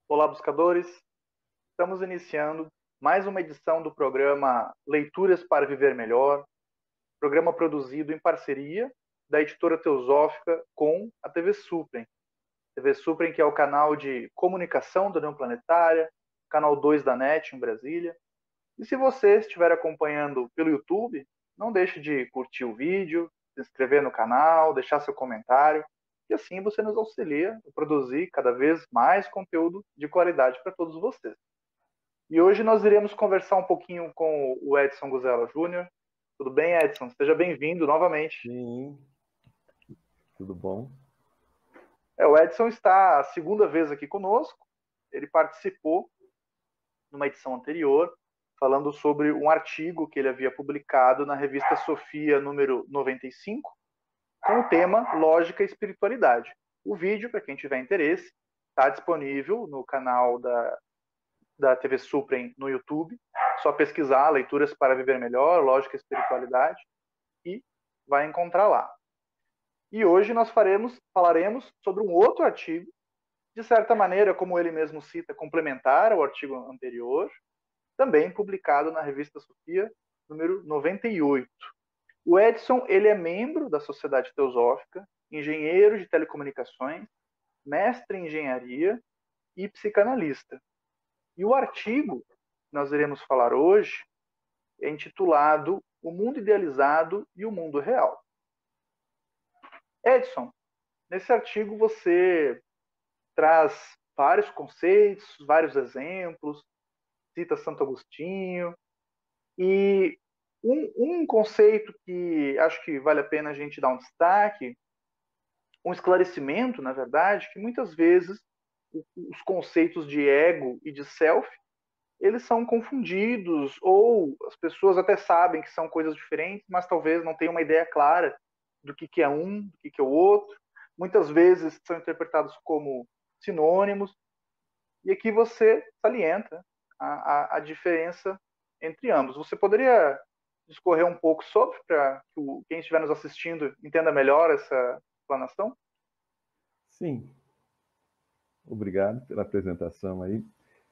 Olá, buscadores! Estamos iniciando mais uma edição do programa Leituras para Viver Melhor, programa produzido em parceria da editora Teosófica com a TV Suprem. TV Suprem, que é o canal de comunicação da União Planetária, canal 2 da NET em Brasília. E se você estiver acompanhando pelo YouTube, não deixe de curtir o vídeo, se inscrever no canal, deixar seu comentário, e assim você nos auxilia a produzir cada vez mais conteúdo de qualidade para todos vocês. E hoje nós iremos conversar um pouquinho com o Edson Guzela Júnior. Tudo bem, Edson? Seja bem-vindo novamente. Sim, tudo bom? O Edson está a segunda vez aqui conosco. Ele participou numa edição anterior, falando sobre um artigo que ele havia publicado na revista Sofia, número 95, com o tema Lógica e Espiritualidade. O vídeo, para quem tiver interesse, está disponível no canal da TV Suprem no YouTube. Só pesquisar Leituras para Viver Melhor, Lógica e Espiritualidade, e vai encontrar lá. E hoje nós falaremos sobre um outro artigo, de certa maneira, como ele mesmo cita, complementar ao artigo anterior, também publicado na revista Sofia, número 98. O Edson, ele é membro da Sociedade Teosófica, engenheiro de telecomunicações, mestre em engenharia e psicanalista. E o artigo que nós iremos falar hoje é intitulado O Mundo Idealizado e o Mundo Real. Edson, nesse artigo você traz vários conceitos, vários exemplos, cita Santo Agostinho, e um conceito que acho que vale a pena a gente dar um destaque, um esclarecimento, na verdade, que muitas vezes os conceitos de ego e de self, eles são confundidos, ou as pessoas até sabem que são coisas diferentes, mas talvez não tenham uma ideia clara do que é um, do que é o outro. Muitas vezes são interpretados como sinônimos, e aqui você salienta a diferença entre ambos. Você poderia discorrer um pouco sobre, para que quem estiver nos assistindo entenda melhor essa explanação? Sim, obrigado pela apresentação aí.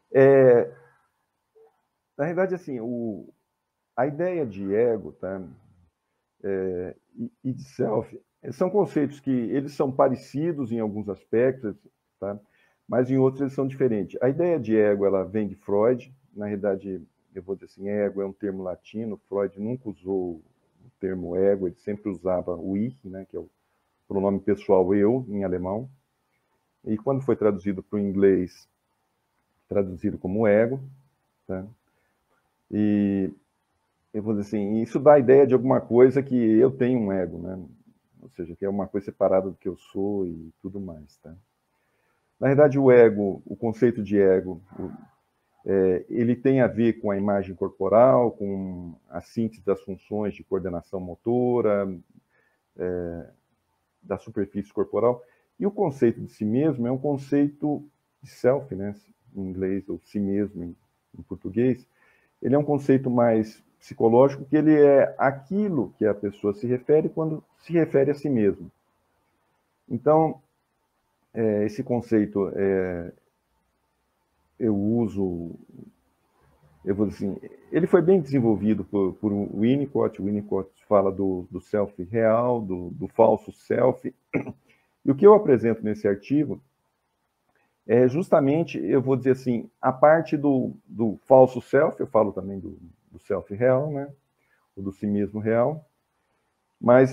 Na verdade, assim, a ideia de ego, tá, e de self são conceitos que eles são parecidos em alguns aspectos, tá, mas em outros eles são diferentes. A ideia de ego, ela vem de Freud. Na realidade, eu vou dizer assim, ego é um termo latino. Freud nunca usou o termo ego, ele sempre usava o ich, né, que é o pronome pessoal eu, em alemão. E quando foi traduzido para o inglês, traduzido como ego, tá? E eu vou dizer assim, isso dá a ideia de alguma coisa que eu tenho um ego, né? Ou seja, que é uma coisa separada do que eu sou e tudo mais, tá? Na verdade, o ego, o conceito de ego, ele tem a ver com a imagem corporal, com a síntese das funções de coordenação motora, da superfície corporal. E o conceito de si mesmo é um conceito de self, né, em inglês, ou si mesmo em português. Ele é um conceito mais psicológico, que ele é aquilo que a pessoa se refere quando se refere a si mesmo. Então, esse conceito eu uso, eu vou dizer assim, ele foi bem desenvolvido por Winnicott. O Winnicott fala do self real, do falso self. E o que eu apresento nesse artigo é justamente, eu vou dizer assim, a parte do falso self, eu falo também do self real, né? O do si mesmo real, mas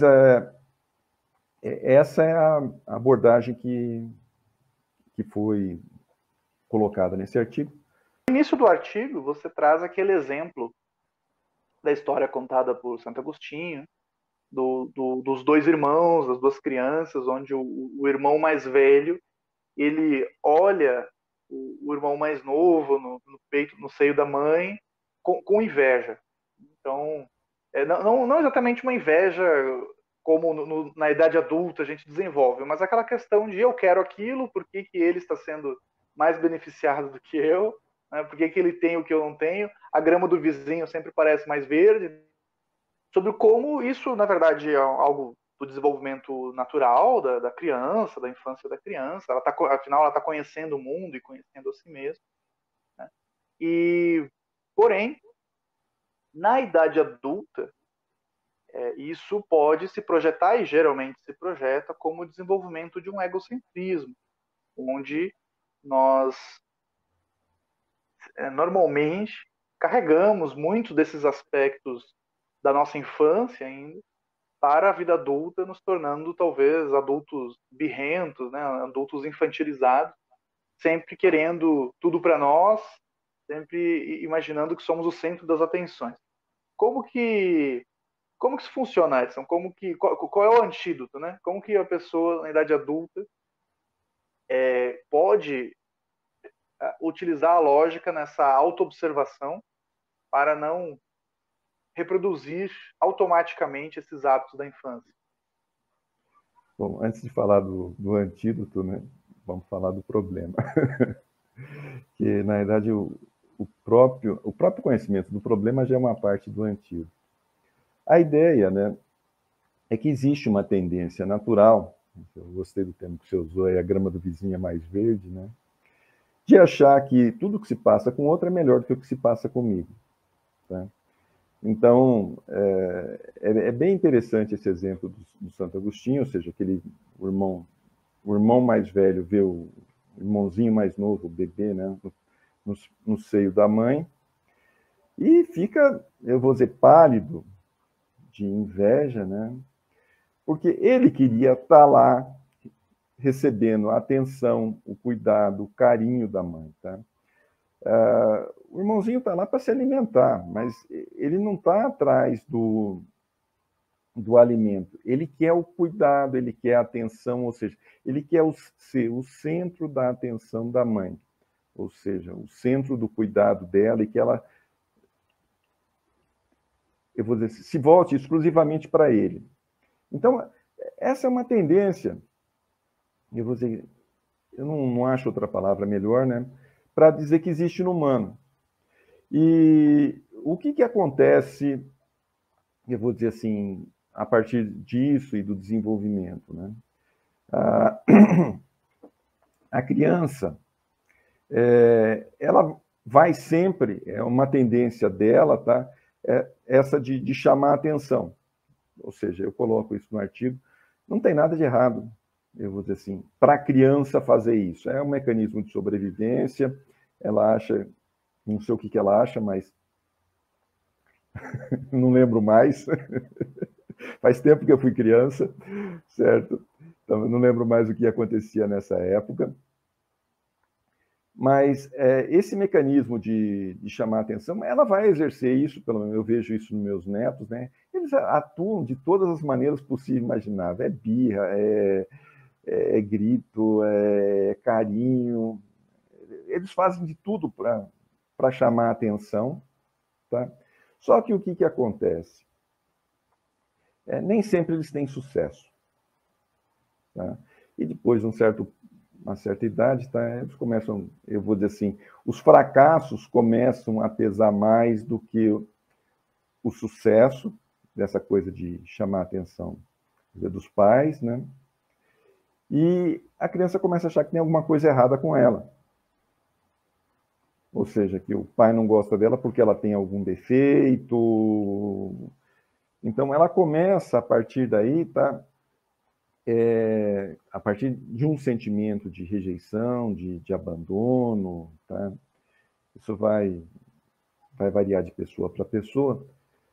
essa é a abordagem que foi colocada nesse artigo. No início do artigo, você traz aquele exemplo da história contada por Santo Agostinho, dos dois irmãos, das duas crianças, onde o irmão mais velho, ele olha o irmão mais novo no peito, no seio da mãe, com inveja. Então, não exatamente uma inveja como na idade adulta a gente desenvolve, mas aquela questão de eu quero aquilo, por que ele está sendo mais beneficiado do que eu, né? Por que ele tem o que eu não tenho, a grama do vizinho sempre parece mais verde, sobre como isso, na verdade, é algo do desenvolvimento natural da criança, da infância da criança. Afinal, ela está conhecendo o mundo e conhecendo a si mesma, né? Porém, na idade adulta, isso pode se projetar, e geralmente se projeta, como o desenvolvimento de um egocentrismo, onde nós normalmente carregamos muito desses aspectos da nossa infância ainda para a vida adulta, nos tornando talvez adultos birrentos, né? Adultos infantilizados, sempre querendo tudo para nós, sempre imaginando que somos o centro das atenções. Como que isso funciona, Edson? Qual é o antídoto, né? Como que a pessoa na idade adulta pode utilizar a lógica nessa autoobservação para não reproduzir automaticamente esses hábitos da infância? Bom, antes de falar do antídoto, né, vamos falar do problema. Que, na verdade, o próprio conhecimento do problema já é uma parte do antídoto. A ideia, né, é que existe uma tendência natural, eu gostei do termo que você usou, a grama do vizinho é mais verde, né, de achar que tudo que se passa com outro é melhor do que o que se passa comigo. Tá? Então, é bem interessante esse exemplo do Santo Agostinho, ou seja, o irmão mais velho vê o irmãozinho mais novo, o bebê, né, no seio da mãe, e fica, eu vou dizer, pálido de inveja, né, porque ele queria estar lá recebendo a atenção, o cuidado, o carinho da mãe, tá? O irmãozinho está lá para se alimentar, mas ele não está atrás do alimento. Ele quer o cuidado, ele quer a atenção, ou seja, ele quer ser o centro da atenção da mãe, ou seja, o centro do cuidado dela e que ela, eu vou dizer, se volte exclusivamente para ele. Então, essa é uma tendência, eu vou dizer, eu não acho outra palavra melhor, né, para dizer que existe no humano. E o que acontece, eu vou dizer assim, a partir disso e do desenvolvimento, né? A criança, ela vai sempre, é uma tendência dela, tá? Essa de chamar a atenção. Ou seja, eu coloco isso no artigo, não tem nada de errado, eu vou dizer assim, para a criança fazer isso. É um mecanismo de sobrevivência, ela acha, não sei o que ela acha, mas não lembro mais. Faz tempo que eu fui criança, certo? Então, eu não lembro mais o que acontecia nessa época. Mas esse mecanismo de chamar a atenção, ela vai exercer isso, pelo menos eu vejo isso nos meus netos, né? Eles atuam de todas as maneiras possíveis e imagináveis. É birra, é grito, é carinho. Eles fazem de tudo para chamar a atenção, tá? Só que o que acontece? Nem sempre eles têm sucesso. Tá? E depois de uma certa idade, tá, eles começam, eu vou dizer assim, os fracassos começam a pesar mais do que o sucesso, dessa coisa de chamar a atenção dos pais, né? E a criança começa a achar que tem alguma coisa errada com ela. Ou seja, que o pai não gosta dela porque ela tem algum defeito. Então, ela começa, a partir daí, tá? A partir de um sentimento de rejeição, de abandono, tá? Isso vai variar de pessoa para pessoa.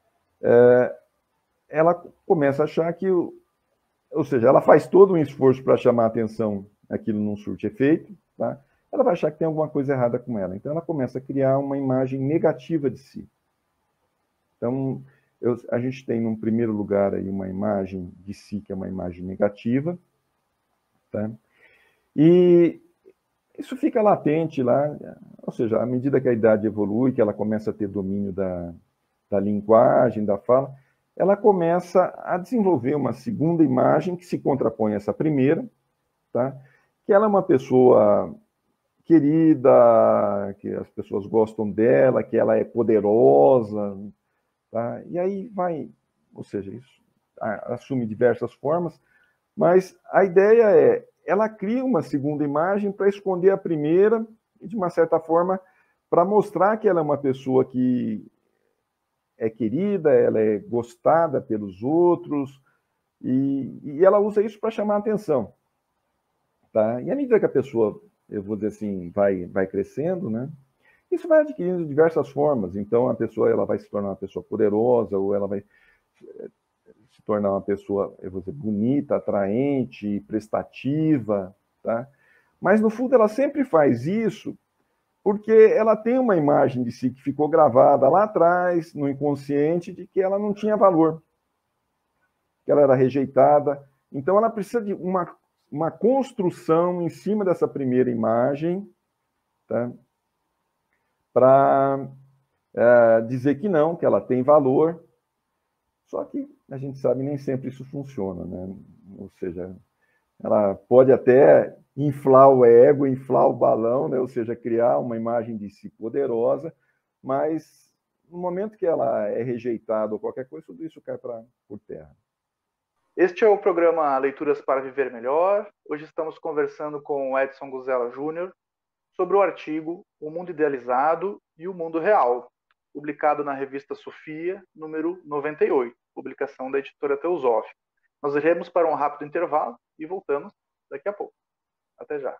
Ela começa a achar que, ou seja, ela faz todo um esforço para chamar a atenção, aquilo não surte efeito, tá? Ela vai achar que tem alguma coisa errada com ela. Então, ela começa a criar uma imagem negativa de si. Então, a gente tem, num primeiro lugar, aí, uma imagem de si, que é uma imagem negativa, tá? E isso fica latente lá, ou seja, à medida que a idade evolui, que ela começa a ter domínio da linguagem, da fala, ela começa a desenvolver uma segunda imagem que se contrapõe a essa primeira, tá? Que ela é uma pessoa querida, que as pessoas gostam dela, que ela é poderosa, tá? E aí vai, ou seja, isso, assume diversas formas, mas a ideia ela cria uma segunda imagem para esconder a primeira e, de uma certa forma, para mostrar que ela é uma pessoa que é querida, ela é gostada pelos outros, e ela usa isso para chamar a atenção. Tá? E à medida que a pessoa, eu vou dizer assim, vai crescendo, né? Isso vai adquirindo diversas formas. Então, a pessoa ela vai se tornar uma pessoa poderosa, ou ela vai se tornar uma pessoa, eu vou dizer, bonita, atraente, prestativa, tá? Mas, no fundo, ela sempre faz isso porque ela tem uma imagem de si que ficou gravada lá atrás, no inconsciente, de que ela não tinha valor, que ela era rejeitada. Então, ela precisa de uma construção em cima dessa primeira imagem, tá? Para dizer que não, que ela tem valor. Só que a gente sabe nem sempre isso funciona, né? Ou seja, ela pode até inflar o ego, inflar o balão, né? Ou seja, criar uma imagem de si poderosa, mas no momento que ela é rejeitada ou qualquer coisa, tudo isso cai por terra. Este é o programa Leituras para Viver Melhor. Hoje estamos conversando com o Edson Guzella Júnior sobre o artigo O Mundo Idealizado e o Mundo Real, publicado na revista Sofia, número 98, publicação da editora Teosófica. Nós iremos para um rápido intervalo e voltamos daqui a pouco. Até já.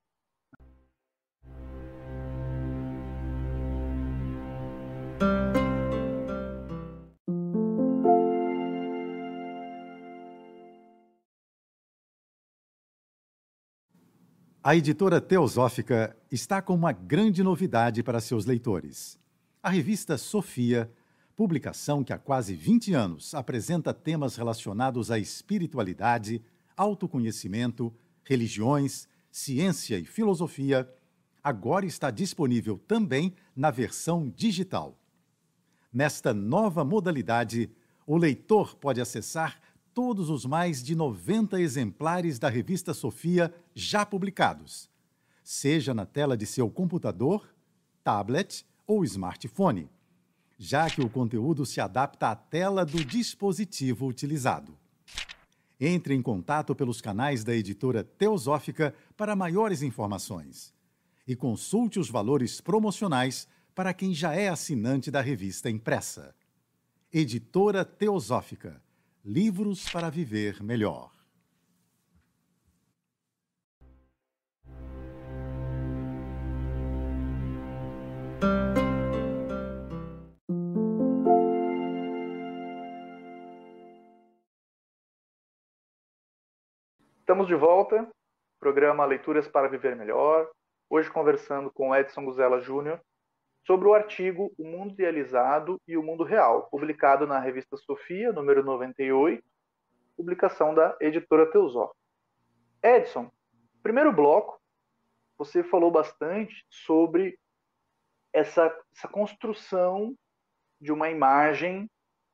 A editora Teosófica está com uma grande novidade para seus leitores. A revista Sofia, publicação que há quase 20 anos apresenta temas relacionados à espiritualidade, autoconhecimento, religiões, ciência e filosofia, agora está disponível também na versão digital. Nesta nova modalidade, o leitor pode acessar todos os mais de 90 exemplares da revista Sofia já publicados, seja na tela de seu computador, tablet ou smartphone, já que o conteúdo se adapta à tela do dispositivo utilizado. Entre em contato pelos canais da editora Teosófica para maiores informações e consulte os valores promocionais para quem já é assinante da revista impressa. Editora Teosófica. Livros para viver melhor. Estamos de volta, programa Leituras para Viver Melhor, hoje conversando com Edson Guzella Júnior sobre o artigo O Mundo Idealizado e o Mundo Real, publicado na revista Sofia, número 98, publicação da editora Teosófica. Edson, primeiro bloco, você falou bastante sobre essa construção de uma imagem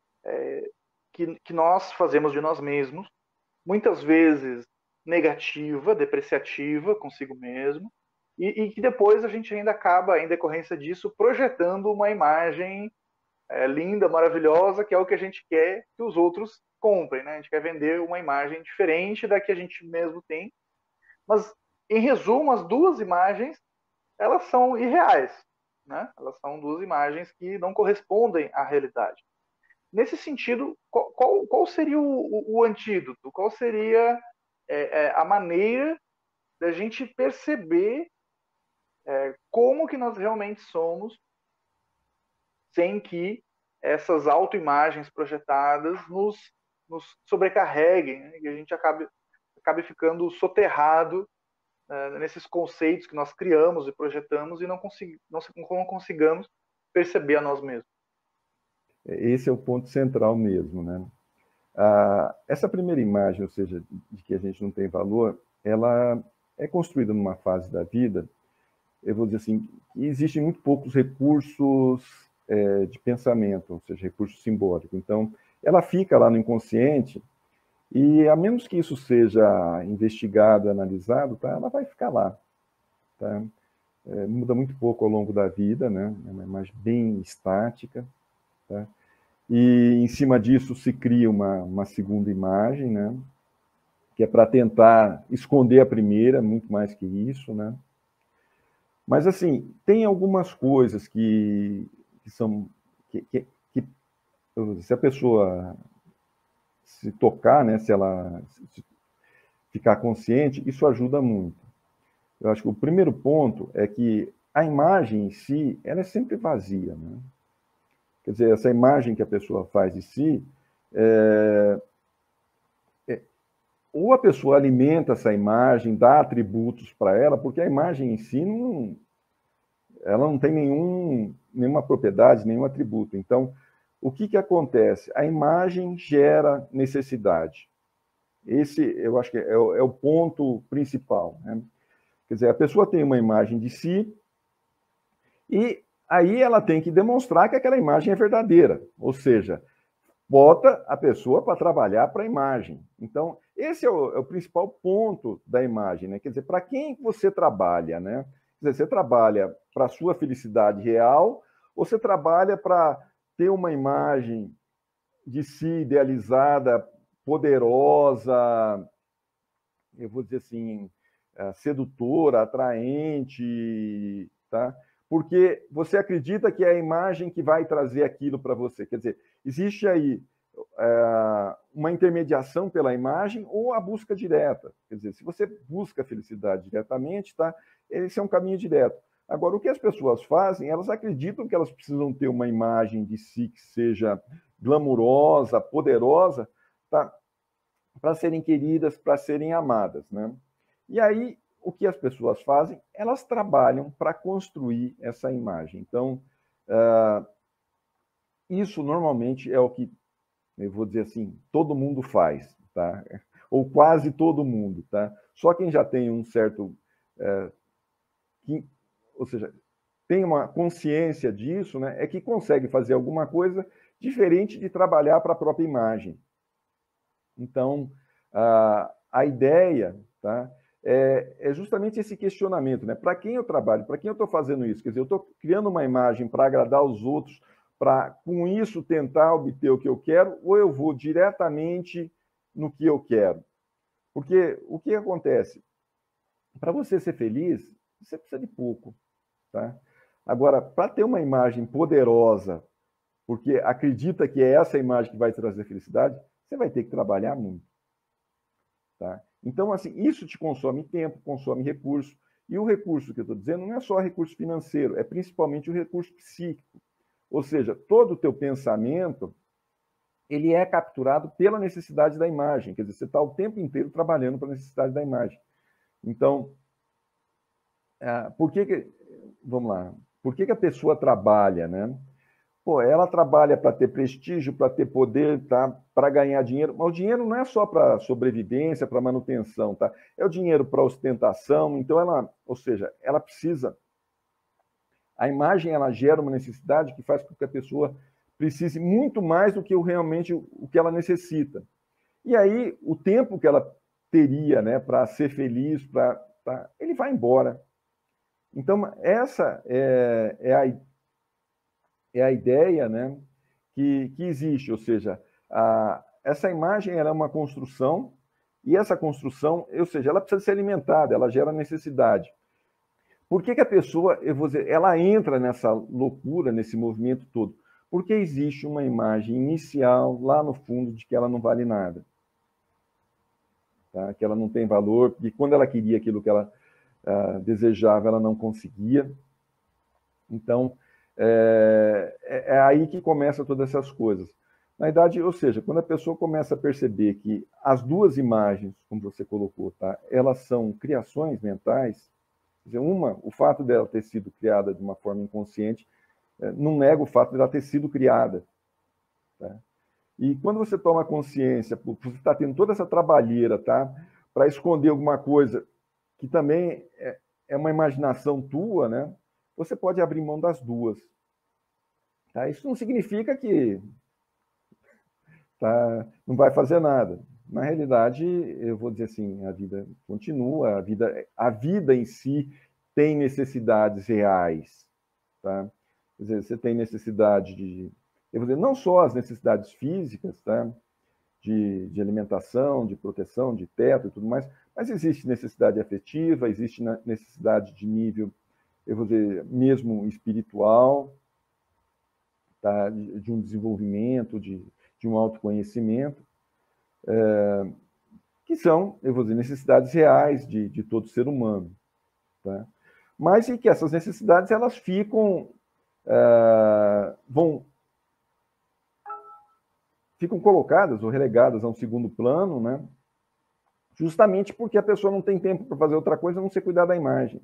que nós fazemos de nós mesmos, muitas vezes negativa, depreciativa consigo mesmo, e que depois a gente ainda acaba, em decorrência disso, projetando uma imagem linda, maravilhosa, que é o que a gente quer que os outros comprem, né? A gente quer vender uma imagem diferente da que a gente mesmo tem. Mas, em resumo, as duas imagens, elas são irreais, né? Elas são duas imagens que não correspondem à realidade. Nesse sentido, qual seria o antídoto? Qual seria a maneira da gente perceber como que nós realmente somos, sem que essas autoimagens projetadas nos sobrecarreguem, né? E a gente acabe ficando soterrado nesses conceitos que nós criamos e projetamos e não consigamos perceber a nós mesmos. Esse é o ponto central mesmo, né? Essa primeira imagem, ou seja, de que a gente não tem valor, ela é construída numa fase da vida, eu vou dizer assim, que existem muito poucos recursos de pensamento, ou seja, recurso simbólico. Então, ela fica lá no inconsciente e, a menos que isso seja investigado, analisado, tá, ela vai ficar lá. Tá? Muda muito pouco ao longo da vida, né? É uma imagem bem estática. Tá? e em cima disso se cria uma segunda imagem, né? Que é para tentar esconder a primeira, muito mais que isso, né? Mas, assim, tem algumas coisas que são... que, se a pessoa se tocar, né? Se ela ficar consciente, isso ajuda muito. Eu acho que o primeiro ponto é que a imagem em si, ela é sempre vazia, né? Quer dizer, essa imagem que a pessoa faz de si, ou a pessoa alimenta essa imagem, dá atributos para ela, porque a imagem em si ela não tem nenhuma propriedade, nenhum atributo. Então, o que acontece? A imagem gera necessidade. Esse, eu acho que é o ponto principal, né? Quer dizer, a pessoa tem uma imagem de si e aí ela tem que demonstrar que aquela imagem é verdadeira, ou seja, bota a pessoa para trabalhar para a imagem. Então, esse é o principal ponto da imagem, né? Quer dizer, para quem você trabalha, né? Quer dizer, você trabalha para a sua felicidade real ou você trabalha para ter uma imagem de si idealizada, poderosa, eu vou dizer assim, sedutora, atraente, tá? Porque você acredita que é a imagem que vai trazer aquilo para você. Quer dizer, existe aí uma intermediação pela imagem ou a busca direta. Quer dizer, se você busca a felicidade diretamente, tá? Esse é um caminho direto. Agora, o que as pessoas fazem, elas acreditam que elas precisam ter uma imagem de si que seja glamurosa, poderosa, tá? Para serem queridas, para serem amadas, né? E aí, o que as pessoas fazem? Elas trabalham para construir essa imagem. Então, isso normalmente é o que, eu vou dizer assim, todo mundo faz, tá? Ou quase todo mundo, tá? Só quem já tem um certo... ou seja, tem uma consciência disso, né? É que consegue fazer alguma coisa diferente de trabalhar para a própria imagem. Então, a ideia, tá, é justamente esse questionamento, né? Para quem eu trabalho? Para quem eu estou fazendo isso? Quer dizer, eu estou criando uma imagem para agradar os outros, para, com isso, tentar obter o que eu quero, ou eu vou diretamente no que eu quero? Porque o que acontece? Para você ser feliz, você precisa de pouco, tá? Agora, para ter uma imagem poderosa, porque acredita que é essa imagem que vai trazer felicidade, você vai ter que trabalhar muito. Tá? Então, assim, isso te consome tempo, consome recurso. E o recurso que eu estou dizendo não é só recurso financeiro, é principalmente o recurso psíquico. Ou seja, todo o teu pensamento, ele é capturado pela necessidade da imagem. Quer dizer, você está o tempo inteiro trabalhando para a necessidade da imagem. Então, vamos lá, por que a pessoa trabalha, né? Pô, ela trabalha para ter prestígio, para ter poder, tá? Para ganhar dinheiro. Mas o dinheiro não é só para sobrevivência, para manutenção, tá? É o dinheiro para ostentação. Então, ou seja, ela precisa. A imagem ela gera uma necessidade que faz com que a pessoa precise muito mais do que realmente o que ela necessita. E aí, o tempo que ela teria, né, para ser feliz, ele vai embora. Então, essa é a ideia, né, que existe, ou seja, essa imagem é uma construção, e essa construção, ou seja, ela precisa ser alimentada, ela gera necessidade. Por que a pessoa, eu vou dizer, ela entra nessa loucura, nesse movimento todo? Porque existe uma imagem inicial, lá no fundo, de que ela não vale nada. Tá? Que ela não tem valor, porque quando ela queria aquilo que ela desejava, ela não conseguia. Então, é aí que começa todas essas coisas. Na verdade, ou seja, quando a pessoa começa a perceber que as duas imagens, como você colocou, tá, elas são criações mentais, quer dizer, o fato dela ter sido criada de uma forma inconsciente, não nega o fato dela ter sido criada. Tá? E quando você toma consciência, você está tendo toda essa trabalheira, tá, para esconder alguma coisa que também é uma imaginação tua, né? Você pode abrir mão das duas. Tá? Isso não significa que não vai fazer nada. Na realidade, eu vou dizer assim, a vida continua, a vida em si tem necessidades reais. Tá? Quer dizer, você tem necessidade eu vou dizer, não só as necessidades físicas, tá? De alimentação, de proteção, de teto e tudo mais, mas existe necessidade afetiva, existe necessidade de nível, eu vou dizer, mesmo espiritual, tá? De um desenvolvimento, de um autoconhecimento, que são, eu vou dizer, necessidades reais de todo ser humano. Tá? Mas e que essas necessidades elas ficam ficam colocadas ou relegadas a um segundo plano, né? Justamente porque a pessoa não tem tempo para fazer outra coisa a não ser cuidar da imagem.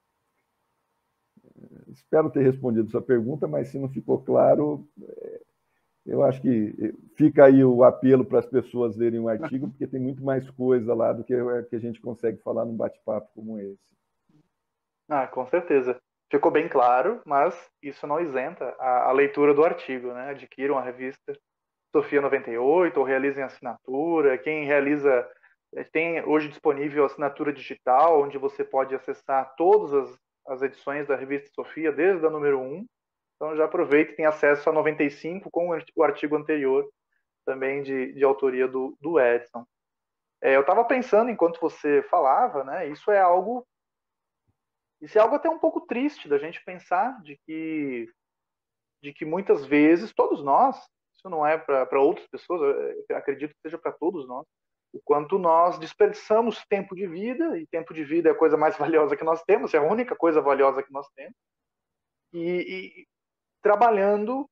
Espero ter respondido sua pergunta, mas se não ficou claro, eu acho que fica aí o apelo para as pessoas lerem o artigo, porque tem muito mais coisa lá do que a gente consegue falar num bate-papo como esse. Com certeza. Ficou bem claro, mas isso não isenta a leitura do artigo, né? Adquiram a revista Sofia 98, ou realizem assinatura. Quem realiza, tem hoje disponível a assinatura digital, onde você pode acessar todas as edições da revista Sofia, desde a número 1. Então já aproveita e tem acesso a 95 com o artigo anterior, também de autoria do Edson. Eu estava pensando, enquanto você falava, né, isso é algo até um pouco triste da gente pensar, de que muitas vezes, todos nós, isso não é para outras pessoas, eu acredito que seja para todos nós, o quanto nós desperdiçamos tempo de vida, e tempo de vida é a coisa mais valiosa que nós temos, é a única coisa valiosa que nós temos, e trabalhando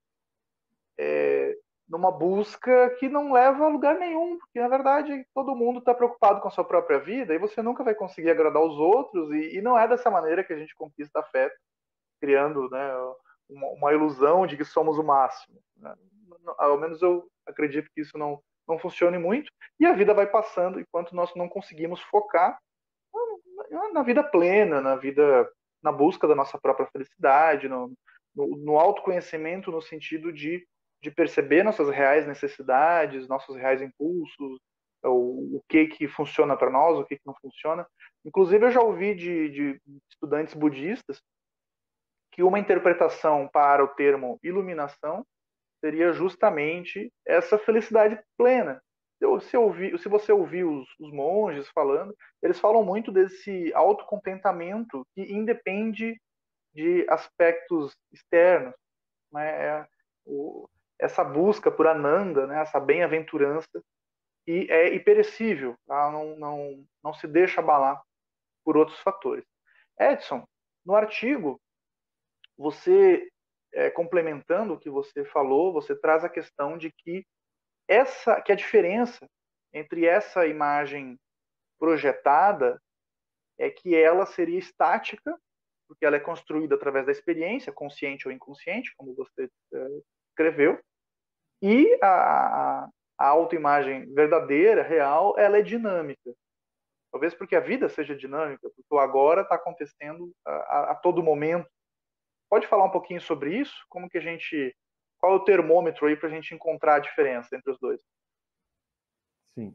numa busca que não leva a lugar nenhum, porque na verdade todo mundo está preocupado com a sua própria vida e você nunca vai conseguir agradar os outros, e não é dessa maneira que a gente conquista afeto, criando, né, uma ilusão de que somos o máximo, né? Ao menos eu acredito que isso não funcione muito, e a vida vai passando enquanto nós não conseguimos focar na vida plena, na busca da nossa própria felicidade, no autoconhecimento, no sentido de perceber nossas reais necessidades, nossos reais impulsos, o que funciona para nós, o que não funciona. Inclusive, eu já ouvi de estudantes budistas que uma interpretação para o termo iluminação seria justamente essa felicidade plena. Se você ouvir os monges falando, eles falam muito desse autocontentamento que independe de aspectos externos, né? Essa busca por Ananda, né? Essa bem-aventurança, que é imperecível, tá? Não se deixa abalar por outros fatores. Edson, no artigo, você, complementando o que você falou, você traz a questão de que a diferença entre essa imagem projetada é que ela seria estática, porque ela é construída através da experiência, consciente ou inconsciente, como você escreveu, e a autoimagem verdadeira, real, ela é dinâmica. Talvez porque a vida seja dinâmica, porque o agora está acontecendo a todo momento. Pode falar um pouquinho sobre isso? Qual é o termômetro aí para a gente encontrar a diferença entre os dois? Sim.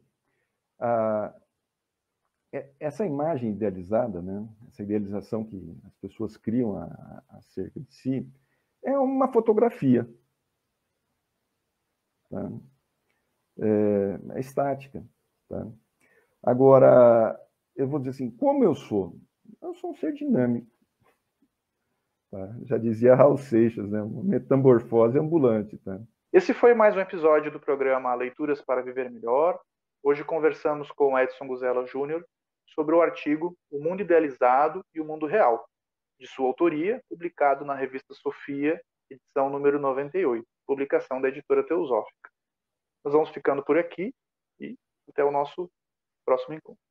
Essa imagem idealizada, né? Essa idealização que as pessoas criam acerca de si, é uma fotografia. Tá? É estática. Tá? Agora, eu vou dizer assim, como eu sou? Eu sou um ser dinâmico. Tá? Já dizia Raul Seixas, né? Uma metamorfose ambulante. Tá? Esse foi mais um episódio do programa Leituras para Viver Melhor. Hoje conversamos com Edson Guzella Júnior sobre o artigo O Mundo Idealizado e o Mundo Real, de sua autoria, publicado na revista Sofia, edição número 98, publicação da editora Teosófica. Nós vamos ficando por aqui e até o nosso próximo encontro.